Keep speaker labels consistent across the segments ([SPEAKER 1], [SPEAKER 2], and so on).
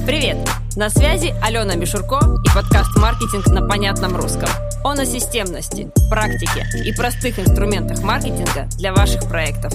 [SPEAKER 1] Привет! На связи Алена Мишурко и подкаст «Маркетинг на понятном русском». Он о системности, практике и простых инструментах маркетинга для ваших проектов.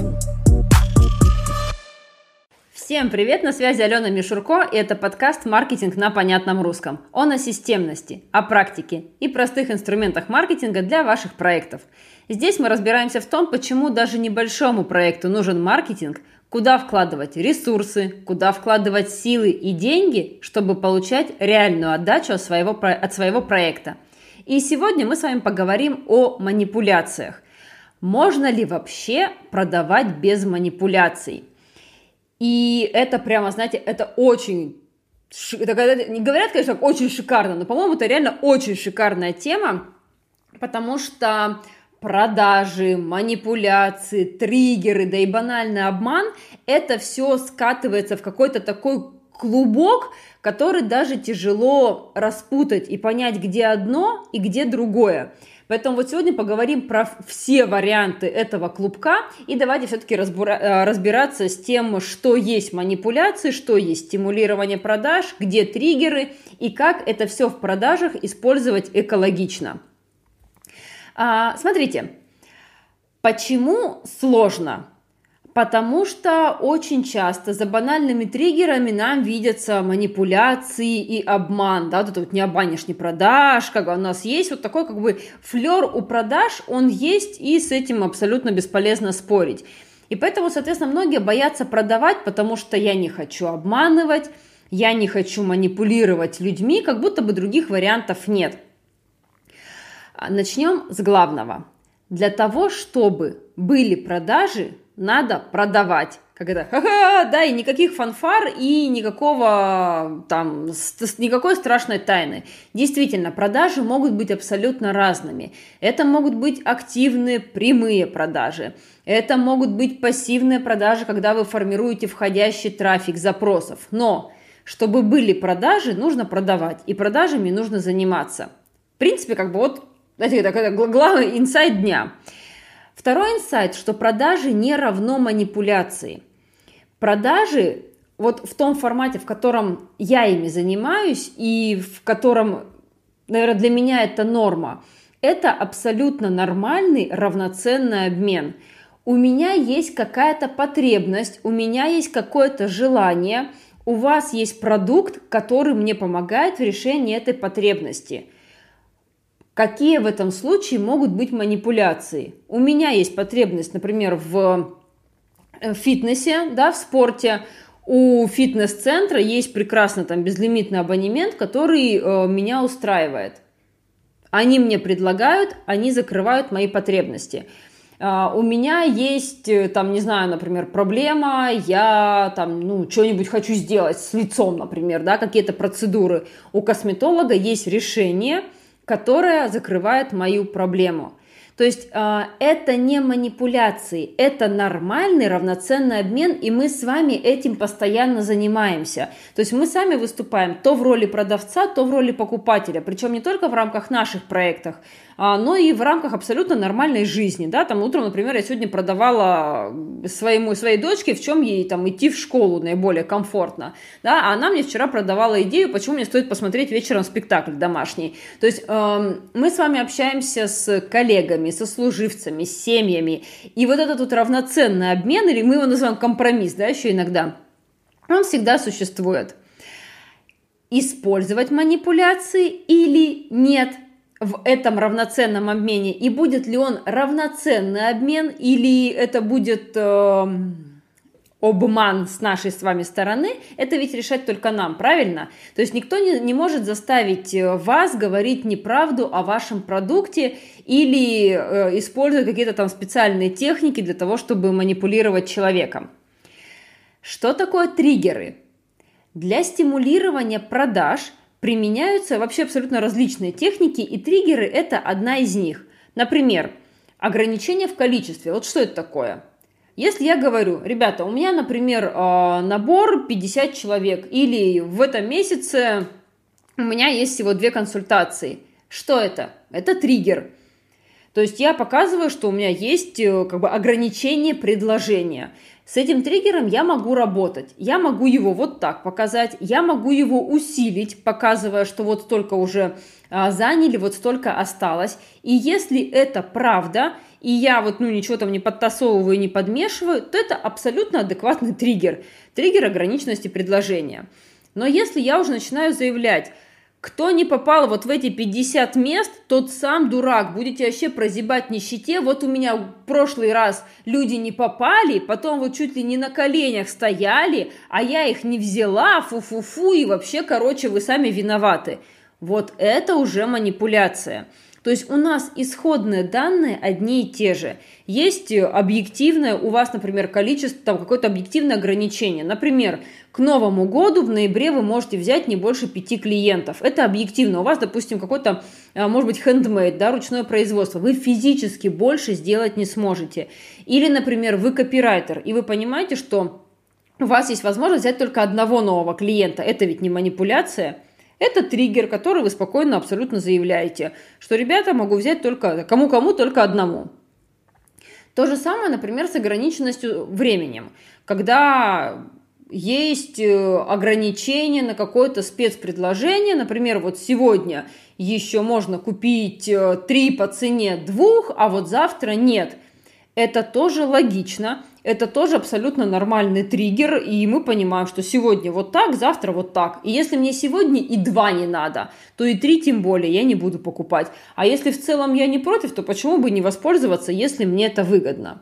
[SPEAKER 1] Всем привет! На связи Алена Мишурко, и это подкаст «Маркетинг на понятном русском». Он о системности, о практике и простых инструментах маркетинга для ваших проектов. Здесь мы разбираемся в том, почему даже небольшому проекту нужен маркетинг, куда вкладывать ресурсы, куда вкладывать силы и деньги, чтобы получать реальную отдачу от своего проекта. И сегодня мы с вами поговорим о манипуляциях. Можно ли вообще продавать без манипуляций? И это прямо, знаете, это очень... Не говорят, конечно, очень шикарно, но, по-моему, это реально очень шикарная тема, потому что продажи, манипуляции, триггеры, да и банальный обман – это все скатывается в какой-то такой клубок, который даже тяжело распутать и понять, где одно и где другое. Поэтому вот сегодня поговорим про все варианты этого клубка, и давайте все-таки разбираться с тем, что есть манипуляции, что есть стимулирование продаж, где триггеры и как это все в продажах использовать экологично. Смотрите, почему сложно? Потому что очень часто за банальными триггерами нам видятся манипуляции и обман. Да? Вот не обманешь, не продаж. Как у нас есть вот такой как бы флер у продаж, он есть, и с этим абсолютно бесполезно спорить. И поэтому, соответственно, многие боятся продавать, потому что я не хочу обманывать, я не хочу манипулировать людьми, как будто бы других вариантов нет. Начнем с главного. Для того, чтобы были продажи, надо продавать. Как это? Ха-ха, да, и никаких фанфар, и никакой страшной тайны. Действительно, продажи могут быть абсолютно разными. Это могут быть активные, прямые продажи. Это могут быть пассивные продажи, когда вы формируете входящий трафик запросов. Но, чтобы были продажи, нужно продавать, и продажами нужно заниматься. В принципе, знаете, это главный инсайт дня. Второй инсайт, что продажи не равно манипуляции. Продажи вот в том формате, в котором я ими занимаюсь и в котором, наверное, для меня это норма, это абсолютно нормальный равноценный обмен. У меня есть какая-то потребность, у меня есть какое-то желание, у вас есть продукт, который мне помогает в решении этой потребности. Какие в этом случае могут быть манипуляции? У меня есть потребность, например, в фитнесе, да, в спорте. У фитнес-центра есть прекрасно безлимитный абонемент, который меня устраивает. Они мне предлагают, они закрывают мои потребности. У меня есть, например, проблема, я что-нибудь хочу сделать с лицом, например, да, какие-то процедуры. У косметолога есть решение, которая закрывает мою проблему. То есть это не манипуляции, это нормальный равноценный обмен, и мы с вами этим постоянно занимаемся. То есть мы сами выступаем то в роли продавца, то в роли покупателя, причем не только в рамках наших проектов, но и в рамках абсолютно нормальной жизни. Да? Утром, например, я сегодня продавала своей дочке, в чем ей идти в школу наиболее комфортно. Да? А она мне вчера продавала идею, почему мне стоит посмотреть вечером спектакль домашний. То есть мы с вами общаемся с коллегами, со служивцами, с семьями. И вот этот равноценный обмен, или мы его называем компромисс, да, еще иногда, он всегда существует. Использовать манипуляции или нет в этом равноценном обмене? И будет ли он равноценный обмен, или это будет обман с нашей с вами стороны, это ведь решать только нам, правильно? То есть никто не может заставить вас говорить неправду о вашем продукте или использовать какие-то специальные техники для того, чтобы манипулировать человеком. Что такое триггеры? Для стимулирования продаж применяются вообще абсолютно различные техники, и триггеры – это одна из них. Например, ограничение в количестве. Вот что это такое? Если я говорю, ребята, у меня, например, набор 50 человек, или в этом месяце у меня есть всего 2 консультации. Что это? Это триггер. То есть я показываю, что у меня есть как бы ограничение предложения. С этим триггером я могу работать, я могу его вот так показать, я могу его усилить, показывая, что вот столько уже заняли, вот столько осталось. И если это правда, и я вот ничего там не подтасовываю, не подмешиваю, то это абсолютно адекватный триггер ограниченности предложения. Но если я уже начинаю заявлять: кто не попал вот в эти 50 мест, тот сам дурак, будете вообще прозябать в нищете. Вот у меня в прошлый раз люди не попали, потом вот чуть ли не на коленях стояли, а я их не взяла, фу-фу-фу, и вообще, вы сами виноваты. Вот это уже манипуляция. То есть у нас исходные данные одни и те же. Есть объективное, у вас, например, количество, там какое-то объективное ограничение. Например, к Новому году в ноябре вы можете взять не больше 5 клиентов. Это объективно. У вас, допустим, какой-то, может быть, handmade, да, ручное производство. Вы физически больше сделать не сможете. Или, например, вы копирайтер, и вы понимаете, что у вас есть возможность взять только одного нового клиента. Это ведь не манипуляция. Это триггер, который вы спокойно абсолютно заявляете, что, ребята, могу взять только кому-кому, только одному. То же самое, например, с ограниченностью временем. Когда есть ограничение на какое-то спецпредложение, например, вот сегодня еще можно купить 3 по цене 2, а вот завтра нет. Это тоже логично, это тоже абсолютно нормальный триггер, и мы понимаем, что сегодня вот так, завтра вот так. И если мне сегодня и 2 не надо, то и 3 тем более я не буду покупать. А если в целом я не против, то почему бы не воспользоваться, если мне это выгодно?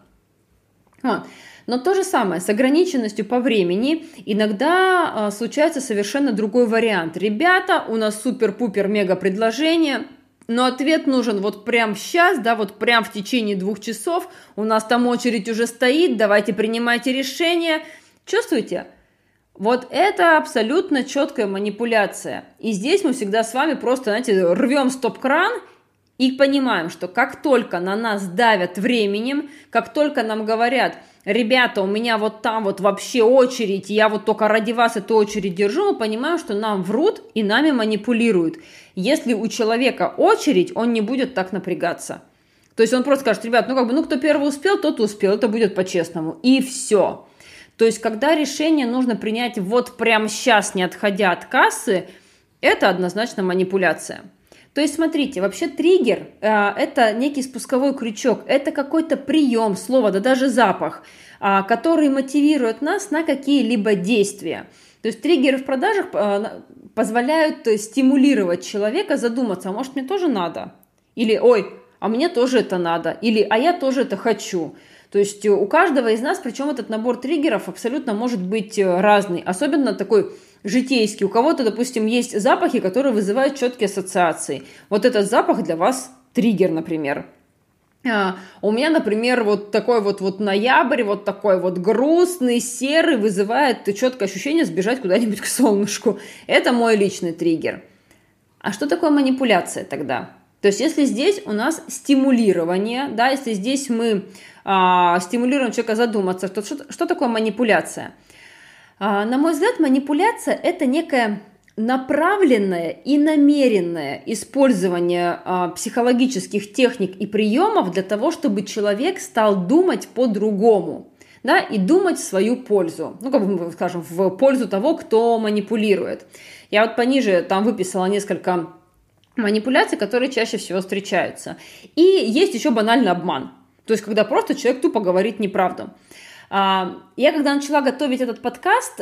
[SPEAKER 1] Но то же самое с ограниченностью по времени иногда случается совершенно другой вариант. Ребята, у нас супер-пупер мега предложение, но ответ нужен вот прямо сейчас, да, вот прямо в течение 2 часов. У нас там очередь уже стоит, давайте принимайте решение. Чувствуете? Вот это абсолютно четкая манипуляция. И здесь мы всегда с вами просто, знаете, рвем стоп-кран и понимаем, что как только на нас давят временем, как только нам говорят: ребята, у меня вот там вот вообще очередь, я вот только ради вас эту очередь держу, мы понимаем, что нам врут и нами манипулируют. Если у человека очередь, он не будет так напрягаться. То есть он просто скажет: ребят, кто первый успел, тот успел, это будет по-честному. И все. То есть когда решение нужно принять вот прямо сейчас, не отходя от кассы, это однозначно манипуляция. То есть, смотрите, вообще триггер – это некий спусковой крючок, это какой-то прием, слово, да даже запах, который мотивирует нас на какие-либо действия. То есть триггеры в продажах позволяют стимулировать человека задуматься: а может, мне тоже надо? Или: ой, а мне тоже это надо? Или: а я тоже это хочу? То есть у каждого из нас, причем этот набор триггеров абсолютно может быть разный, особенно такой житейский. У кого-то, допустим, есть запахи, которые вызывают четкие ассоциации. Вот этот запах для вас триггер, например. У меня, например, вот такой вот ноябрь, вот такой вот грустный, серый, вызывает четкое ощущение сбежать куда-нибудь к солнышку. Это мой личный триггер. А что такое манипуляция тогда? То есть если здесь у нас стимулирование, да, если здесь мы стимулируем человека задуматься, что такое манипуляция? На мой взгляд, манипуляция – это некое направленное и намеренное использование психологических техник и приемов для того, чтобы человек стал думать по-другому, да, и думать в свою пользу, скажем, в пользу того, кто манипулирует. Я вот пониже там выписала несколько манипуляций, которые чаще всего встречаются. И есть еще банальный обман, то есть когда просто человек тупо говорит неправду. Я когда начала готовить этот подкаст,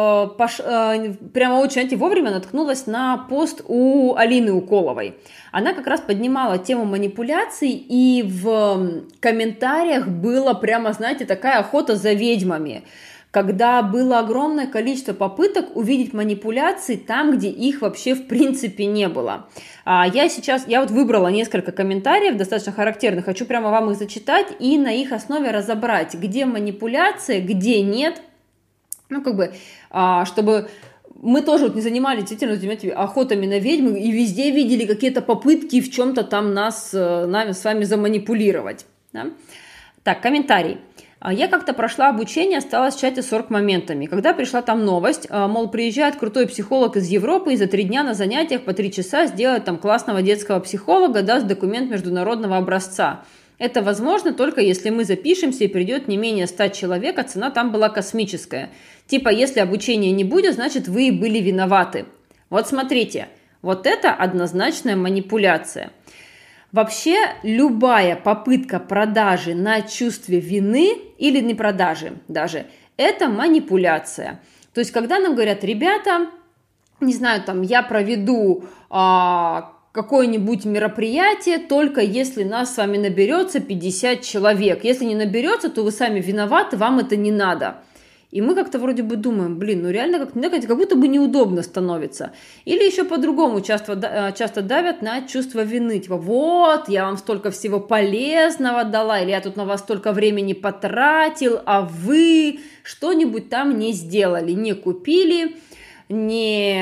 [SPEAKER 1] прямо очень вовремя наткнулась на пост у Алины Уколовой. Она как раз поднимала тему манипуляций, и в комментариях было прямо, знаете, такая охота за ведьмами, когда было огромное количество попыток увидеть манипуляции там, где их вообще в принципе не было. Я вот выбрала несколько комментариев, достаточно характерных, хочу прямо вам их зачитать и на их основе разобрать, где манипуляция, где нет, чтобы мы тоже не занимались действительно охотами на ведьм и везде видели какие-то попытки в чем-то там нами с вами заманипулировать. Да? Так, комментарий. Я как-то прошла обучение, осталась в чате с оргмоментами. Когда пришла там новость, мол, приезжает крутой психолог из Европы и за 3 дня на занятиях по 3 часа сделает там классного детского психолога, даст документ международного образца. Это возможно только если мы запишемся и придет не менее 100 человек, а цена там была космическая. Типа, если обучения не будет, значит вы были виноваты. Вот смотрите, вот это однозначная манипуляция. Вообще, любая попытка продажи на чувстве вины или не продажи даже, это манипуляция. То есть, когда нам говорят, ребята, не знаю, там, я проведу какое-нибудь мероприятие, только если нас с вами наберется 50 человек. Если не наберется, то вы сами виноваты, вам это не надо. И мы как-то вроде бы думаем, ну реально как будто бы неудобно становится. Или еще по-другому часто давят на чувство вины. Типа, вот, я вам столько всего полезного дала, или я тут на вас столько времени потратил, а вы что-нибудь там не сделали, не купили, не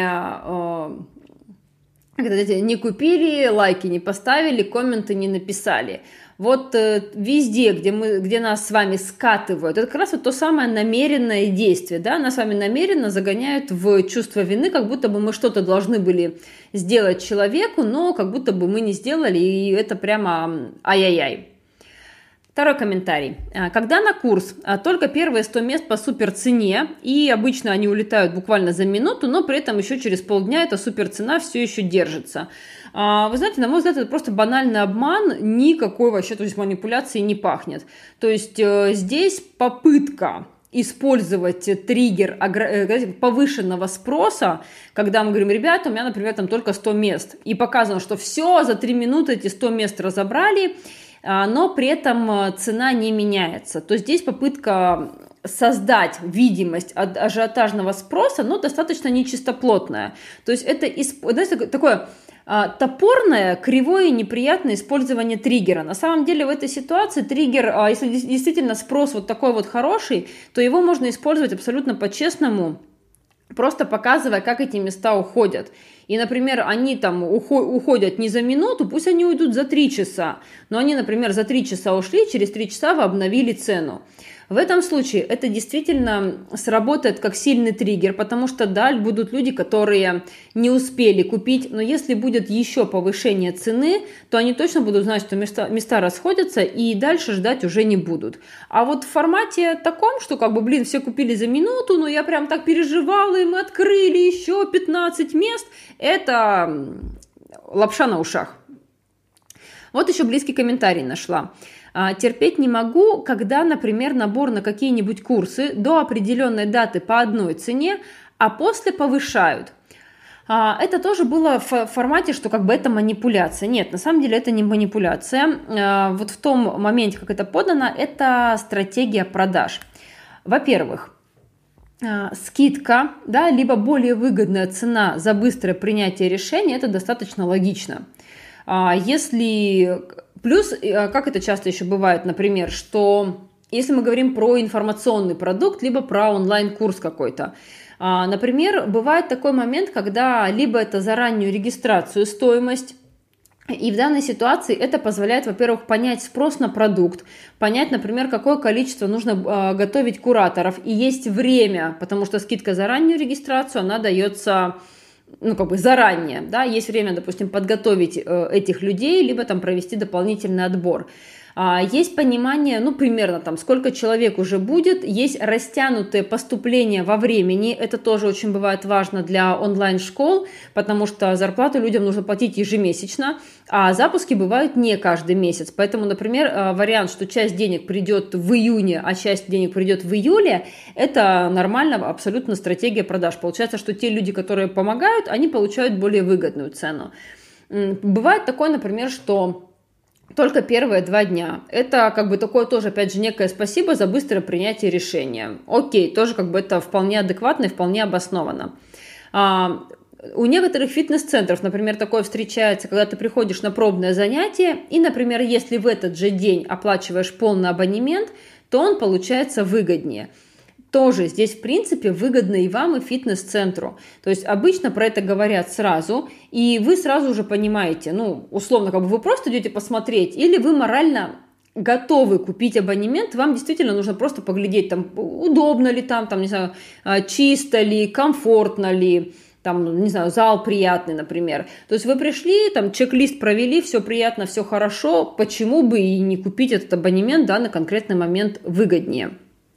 [SPEAKER 1] купили, лайки не поставили, комменты не написали. Вот везде, где нас с вами скатывают, это как раз вот то самое намеренное действие, да, нас с вами намеренно загоняют в чувство вины, как будто бы мы что-то должны были сделать человеку, но как будто бы мы не сделали, и это прямо ай-яй-яй. Второй комментарий. Когда на курс только первые 100 мест по суперцене, и обычно они улетают буквально за минуту, но при этом еще через полдня эта суперцена все еще держится. Вы знаете, на мой взгляд, это просто банальный обман, никакой вообще, то есть манипуляции не пахнет. То есть здесь попытка использовать триггер повышенного спроса, когда мы говорим, ребята, у меня, например, там только 100 мест, и показано, что все, за 3 минуты эти 100 мест разобрали, но при этом цена не меняется. То есть здесь попытка создать видимость ажиотажного спроса, но достаточно нечистоплотная. То есть это, знаете, такое топорное, кривое, неприятное использование триггера. На самом деле в этой ситуации триггер, если действительно спрос вот такой вот хороший, то его можно использовать абсолютно по-честному, просто показывая, как эти места уходят. И, например, они там уходят не за минуту, пусть они уйдут за 3 часа, но они, например, за 3 часа ушли, через 3 часа вы обновили цену. В этом случае это действительно сработает как сильный триггер, потому что, да, будут люди, которые не успели купить, но если будет еще повышение цены, то они точно будут знать, что места расходятся и дальше ждать уже не будут. А вот в формате таком, что все купили за минуту, но я прям так переживала, и мы открыли еще 15 мест, это лапша на ушах. Вот еще близкий комментарий нашла. Терпеть не могу, когда, например, набор на какие-нибудь курсы до определенной даты по одной цене, а после повышают. Это тоже было в формате, что это манипуляция. Нет, на самом деле это не манипуляция. Вот в том моменте, как это подано, это стратегия продаж. Во-первых, скидка, да, либо более выгодная цена за быстрое принятие решения, это достаточно логично. Плюс, как это часто еще бывает, например, что если мы говорим про информационный продукт, либо про онлайн-курс какой-то, например, бывает такой момент, когда либо это за раннюю регистрацию стоимость, и в данной ситуации это позволяет, во-первых, понять спрос на продукт, понять, например, какое количество нужно готовить кураторов, и есть время, потому что скидка за раннюю регистрацию, она дается заранее, да, есть время, допустим, подготовить этих людей, либо там провести дополнительный отбор. Есть понимание, примерно сколько человек уже будет, есть растянутые поступления во времени, это тоже очень бывает важно для онлайн-школ, потому что зарплату людям нужно платить ежемесячно, а запуски бывают не каждый месяц, поэтому, например, вариант, что часть денег придет в июне, а часть денег придет в июле, это нормально, абсолютно стратегия продаж. Получается, что те люди, которые помогают, они получают более выгодную цену. Бывает такое, например, что только первые 2 дня. Это такое тоже, опять же, некое спасибо за быстрое принятие решения. Окей, тоже это вполне адекватно и вполне обосновано. У некоторых фитнес-центров, например, такое встречается, когда ты приходишь на пробное занятие, и, например, если в этот же день оплачиваешь полный абонемент, то он получается выгоднее. Тоже здесь, в принципе, выгодно и вам, и фитнес-центру. То есть обычно про это говорят сразу, и вы сразу уже понимаете, условно, вы просто идете посмотреть, или вы морально готовы купить абонемент, вам действительно нужно просто поглядеть, там, удобно ли там, не знаю, чисто ли, комфортно ли, там, не знаю, зал приятный, например. То есть вы пришли, там, чек-лист провели, все приятно, все хорошо, почему бы и не купить этот абонемент, да, на конкретный момент выгоднее.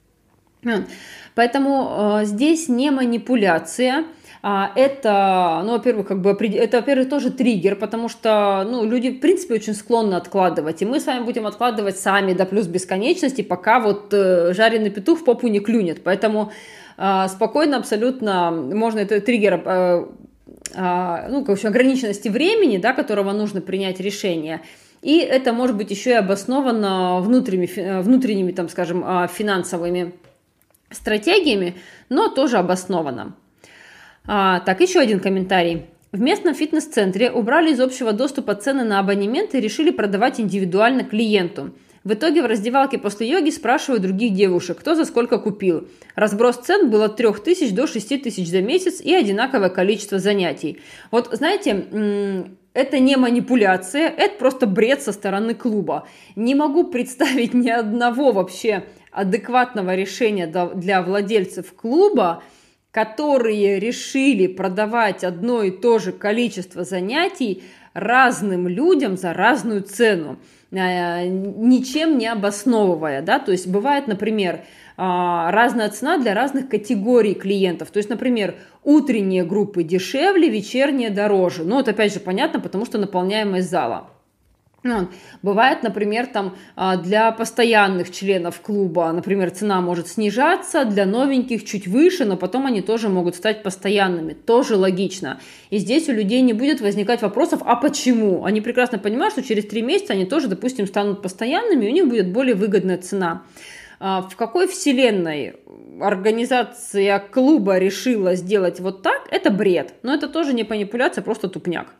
[SPEAKER 1] Поэтому здесь не манипуляция. Это, во-первых, это, во-первых, тоже триггер, потому что, люди, в принципе, очень склонны откладывать, и мы с вами будем откладывать сами до плюс бесконечности, пока жареный петух в попу не клюнет, поэтому спокойно абсолютно можно этот триггер, ограниченности времени, да, которого нужно принять решение, и это может быть еще и обосновано внутренними, там, скажем, финансовыми стратегиями, но тоже обосновано. Так, еще один комментарий. В местном фитнес-центре убрали из общего доступа цены на абонементы и решили продавать индивидуально клиенту. В итоге в раздевалке после йоги спрашивают других девушек, кто за сколько купил. Разброс цен был от 3000 до 6000 за месяц и одинаковое количество занятий. Вот знаете, это не манипуляция, это просто бред со стороны клуба. Не могу представить ни одного вообще адекватного решения для владельцев клуба, которые решили продавать одно и то же количество занятий разным людям за разную цену, ничем не обосновывая, да, то есть бывает, например, разная цена для разных категорий клиентов, то есть, например, утренние группы дешевле, вечерние дороже, это опять же понятно, потому что наполняемость зала. Бывает, например, для постоянных членов клуба, например, цена может снижаться, для новеньких чуть выше, но потом они тоже могут стать постоянными, тоже логично. И здесь у людей не будет возникать вопросов, а почему? Они прекрасно понимают, что через 3 месяца они тоже, допустим, станут постоянными, и у них будет более выгодная цена. В какой вселенной организация клуба решила сделать вот так, это бред, но это тоже не манипуляция, просто тупняк.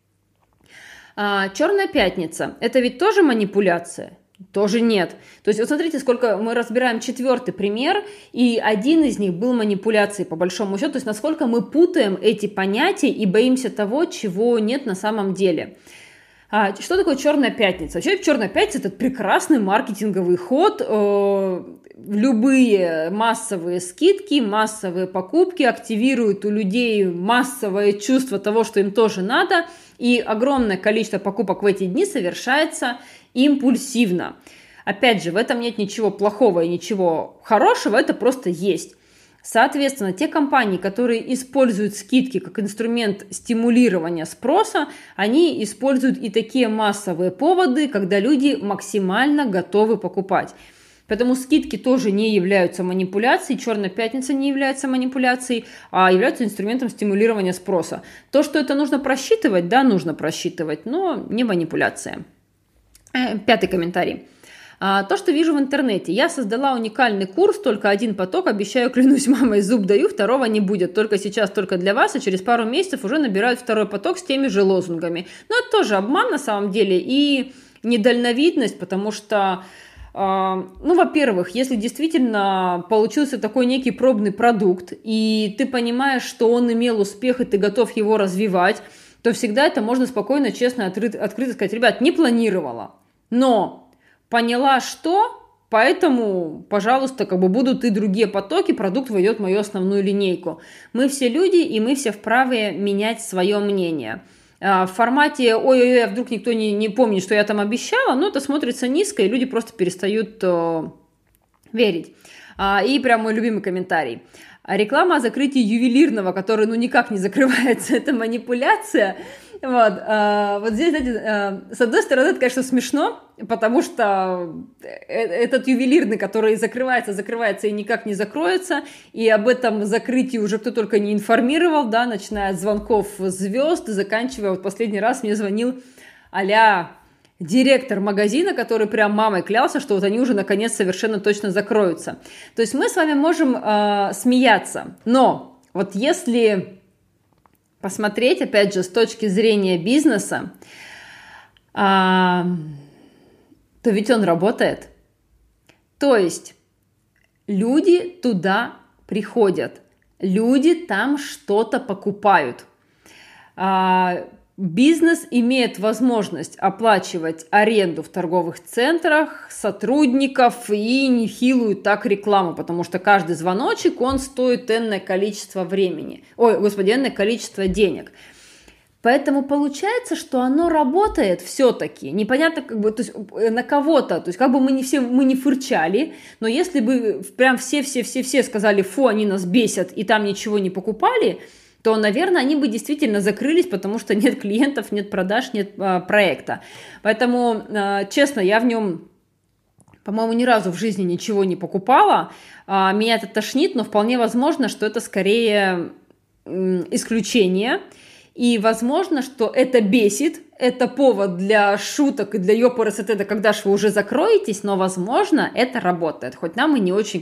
[SPEAKER 1] Черная пятница – это ведь тоже манипуляция? Тоже нет. То есть, вот смотрите, сколько мы разбираем 4-й пример, и один из них был манипуляцией, по большому счету. То есть, насколько мы путаем эти понятия и боимся того, чего нет на самом деле. Что такое черная пятница? Вообще, черная пятница – это прекрасный маркетинговый ход. Любые массовые скидки, массовые покупки активируют у людей массовое чувство того, что им тоже надо, и огромное количество покупок в эти дни совершается импульсивно. Опять же, в этом нет ничего плохого и ничего хорошего, это просто есть. Соответственно, те компании, которые используют скидки как инструмент стимулирования спроса, они используют и такие массовые поводы, когда люди максимально готовы покупать. Поэтому скидки тоже не являются манипуляцией, Черная пятница не является манипуляцией, а являются инструментом стимулирования спроса. То, что это нужно просчитывать, да, нужно просчитывать, но не манипуляция. 5-й комментарий. То, что вижу в интернете. Я создала уникальный курс, только один поток, обещаю, клянусь мамой, зуб даю, второго не будет. Только сейчас, только для вас, и через пару месяцев уже набирают второй поток с теми же лозунгами. Но это тоже обман на самом деле и недальновидность, потому что во-первых, если действительно получился такой некий пробный продукт, и ты понимаешь, что он имел успех, и ты готов его развивать, то всегда это можно спокойно, честно, открыто сказать: ребят, не планировала, но поняла, что, поэтому, пожалуйста, будут и другие потоки, продукт войдет в мою основную линейку. Мы все люди, и мы все вправе менять свое мнение. В формате «ой-ой-ой, вдруг никто не помнит, что я там обещала», но это смотрится низко, и люди просто перестают верить. И прям мой любимый комментарий. Реклама о закрытии ювелирного, который никак не закрывается, это манипуляция. Вот здесь, знаете, с одной стороны, это, конечно, смешно, потому что этот ювелирный, который закрывается и никак не закроется, и об этом закрытии уже кто только не информировал, да, начиная от звонков звезд и заканчивая, последний раз мне звонил директор магазина, который прям мамой клялся, что они уже наконец совершенно точно закроются. То есть мы с вами можем смеяться, но вот если посмотреть, опять же, с точки зрения бизнеса, то ведь он работает. То есть люди туда приходят, люди там что-то покупают. бизнес имеет возможность оплачивать аренду в торговых центрах, сотрудников и нехилую так рекламу, потому что каждый звоночек, он стоит энное количество времени. Энное количество денег. Поэтому получается, что оно работает все-таки. Непонятно, то есть на кого-то, то есть как бы мы не фырчали, но если бы прям все сказали, фу, они нас бесят, и там ничего не покупали, то, наверное, они бы действительно закрылись, потому что нет клиентов, нет продаж, нет проекта. Поэтому, честно, я в нем, по-моему, ни разу в жизни ничего не покупала. Меня это тошнит, но вполне возможно, что это скорее исключение. И возможно, что это бесит, это повод для шуток и для ёпарасоте, когда же вы уже закроетесь, но, возможно, это работает. Хоть нам и не очень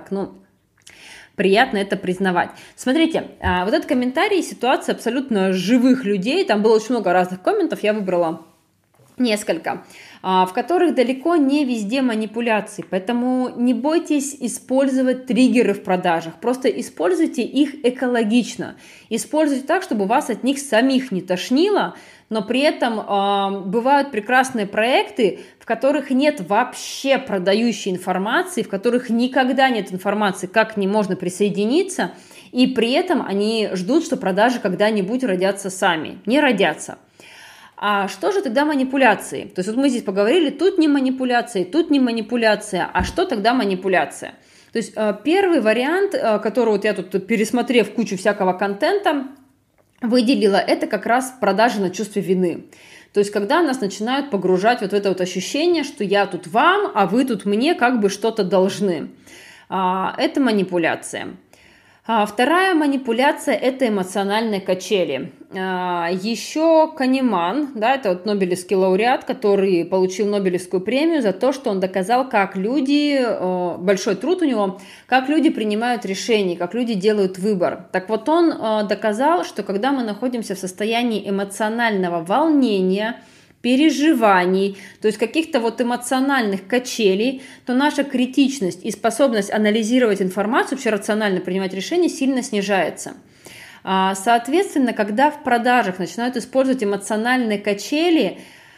[SPEAKER 1] приятно это признавать. Смотрите, вот этот комментарий, ситуация абсолютно живых людей, там было очень много разных комментов, я выбрала несколько, в которых далеко не везде манипуляции, поэтому не бойтесь использовать триггеры в продажах, просто используйте их экологично, используйте так, чтобы вас от них самих не тошнило, но при этом бывают прекрасные проекты, в которых нет вообще продающей информации, в которых никогда нет информации, как к ним можно присоединиться, и при этом они ждут, что продажи когда-нибудь родятся сами. Не родятся. А что же тогда манипуляции? То есть вот мы здесь поговорили, тут не манипуляция, тут не манипуляция. А что тогда манипуляция? То есть первый вариант, который вот я тут, пересмотрев кучу всякого контента, выделила, это как раз продажи на чувстве вины. То есть когда нас начинают погружать вот в это вот ощущение, что я тут вам, а вы тут мне как бы что-то должны. Это манипуляция. Вторая манипуляция – это эмоциональные качели. Еще Канеман, да, это вот Нобелевский лауреат, который получил Нобелевскую премию за то, что он доказал, как люди, большой труд у него, как люди принимают решения, как люди делают выбор. Так вот он доказал, что когда мы находимся в состоянии эмоционального волнения, переживаний, то есть каких-то вот эмоциональных качелей, то наша критичность и способность анализировать информацию, вообще рационально принимать решения, сильно снижается. Соответственно, когда в продажах начинают использовать эмоциональные качели,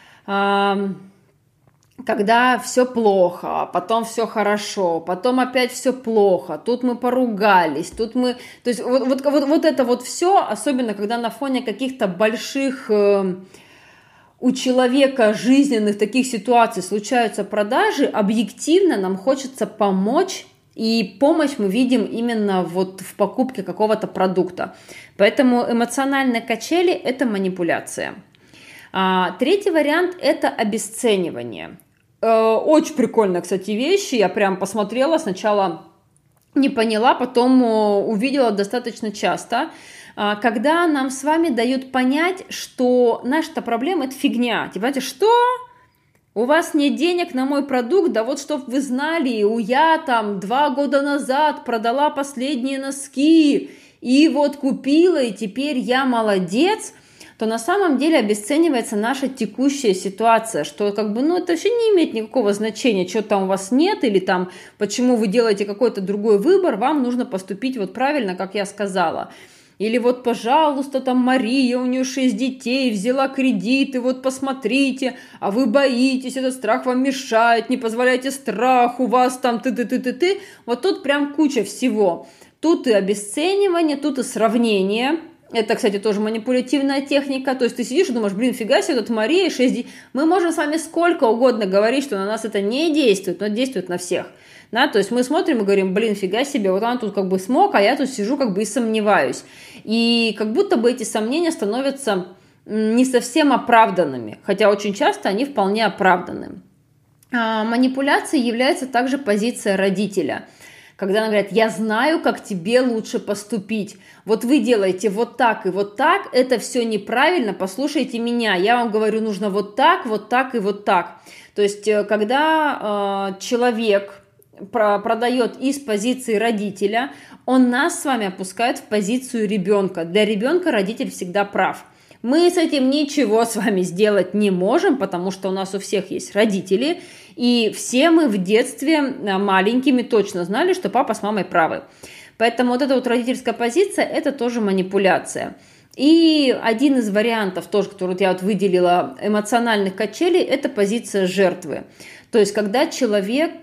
[SPEAKER 1] когда все плохо, потом все хорошо, потом опять все плохо, тут мы поругались, тут мы... То есть вот это вот все, особенно когда на фоне каких-то больших... у человека жизненных таких ситуаций случаются продажи, объективно нам хочется помочь, и помощь мы видим именно вот в покупке какого-то продукта. Поэтому эмоциональные качели – это манипуляция. Третий вариант – это обесценивание. Очень прикольная, кстати, вещь. Я прям посмотрела, сначала не поняла, потом увидела достаточно часто – когда нам с вами дают понять, что наша проблема – это фигня. Типа, что? У вас нет денег на мой продукт? Да вот, чтоб вы знали, я там 2 года назад продала последние носки, и вот купила, и теперь я молодец, то на самом деле обесценивается наша текущая ситуация, что это вообще не имеет никакого значения, что там у вас нет, или там, почему вы делаете какой-то другой выбор, вам нужно поступить вот правильно, как я сказала. Или вот, пожалуйста, там Мария, у нее 6 детей, взяла кредит, и вот посмотрите, а вы боитесь, этот страх вам мешает, не позволяйте страху, вас там ты. Вот тут прям куча всего. Тут и обесценивание, тут и сравнение. Это, кстати, тоже манипулятивная техника. То есть ты сидишь и думаешь, фига себе, тут Мария, 6 детей. Мы можем с вами сколько угодно говорить, что на нас это не действует, но действует на всех. Да, то есть мы смотрим и говорим, фига себе, вот она тут смог, а я тут сижу и сомневаюсь. И как будто бы эти сомнения становятся не совсем оправданными, хотя очень часто они вполне оправданы. Манипуляцией является также позиция родителя. Когда она говорит, я знаю, как тебе лучше поступить. Вот вы делаете вот так и вот так, это все неправильно, послушайте меня. Я вам говорю, нужно вот так и вот так. То есть, когда человек продает из позиции родителя, он нас с вами опускает в позицию ребенка. Для ребенка родитель всегда прав. Мы с этим ничего с вами сделать не можем, потому что у нас у всех есть родители, и все мы в детстве маленькими точно знали, что папа с мамой правы. Поэтому вот эта вот родительская позиция – это тоже манипуляция. И один из вариантов, тоже, который вот я вот выделила, эмоциональных качелей, это позиция жертвы. То есть, когда человек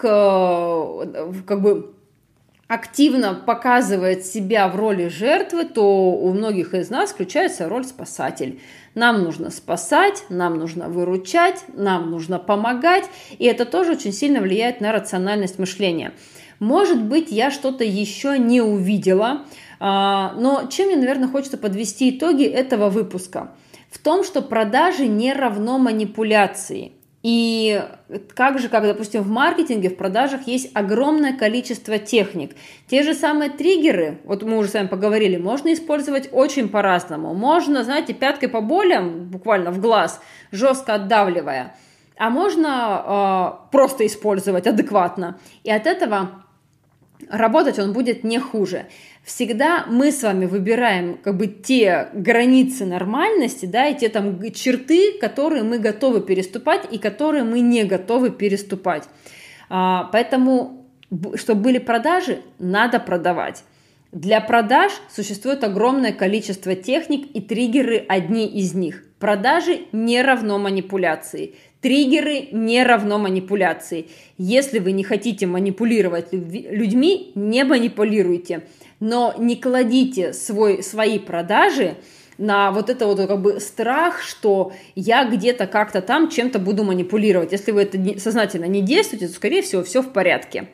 [SPEAKER 1] как бы активно показывает себя в роли жертвы, то у многих из нас включается роль спасатель. Нам нужно спасать, нам нужно выручать, нам нужно помогать, и это тоже очень сильно влияет на рациональность мышления. Может быть, я что-то еще не увидела, но чем мне, наверное, хочется подвести итоги этого выпуска? В том, что продажи не равно манипуляции. И как, допустим, в маркетинге, в продажах есть огромное количество техник. Те же самые триггеры, вот мы уже с вами поговорили, можно использовать очень по-разному. Можно, знаете, пяткой по болям, буквально в глаз, жестко отдавливая. А можно просто использовать адекватно. И от этого работать он будет не хуже. Всегда мы с вами выбираем как бы те границы нормальности, да, и те там черты, которые мы готовы переступать и которые мы не готовы переступать. Поэтому, чтобы были продажи, надо продавать. Для продаж существует огромное количество техник, и триггеры одни из них. Продажи не равно манипуляции. Триггеры не равно манипуляции. Если вы не хотите манипулировать людьми, не манипулируйте. Но не кладите свои продажи на вот это вот как бы страх, что я где-то как-то там чем-то буду манипулировать. Если вы это сознательно не действуете, то, скорее всего, все в порядке.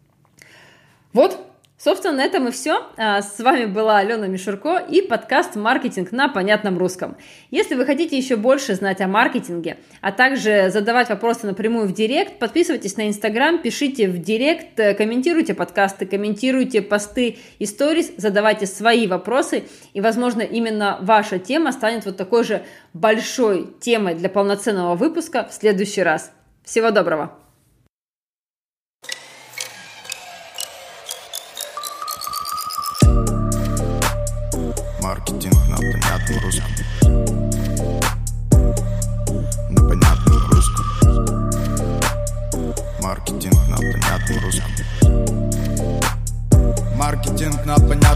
[SPEAKER 1] Вот. Собственно, на этом и все. С вами была Алена Мишурко и подкаст «Маркетинг на понятном русском». Если вы хотите еще больше знать о маркетинге, а также задавать вопросы напрямую в директ, подписывайтесь на Инстаграм, пишите в директ, комментируйте подкасты, комментируйте посты и сторис, задавайте свои вопросы, и, возможно, именно ваша тема станет вот такой же большой темой для полноценного выпуска в следующий раз. Всего доброго!
[SPEAKER 2] Маркетинг на понятном русском. На понятном русском. Маркетинг на понятном русском. Маркетинг на понятном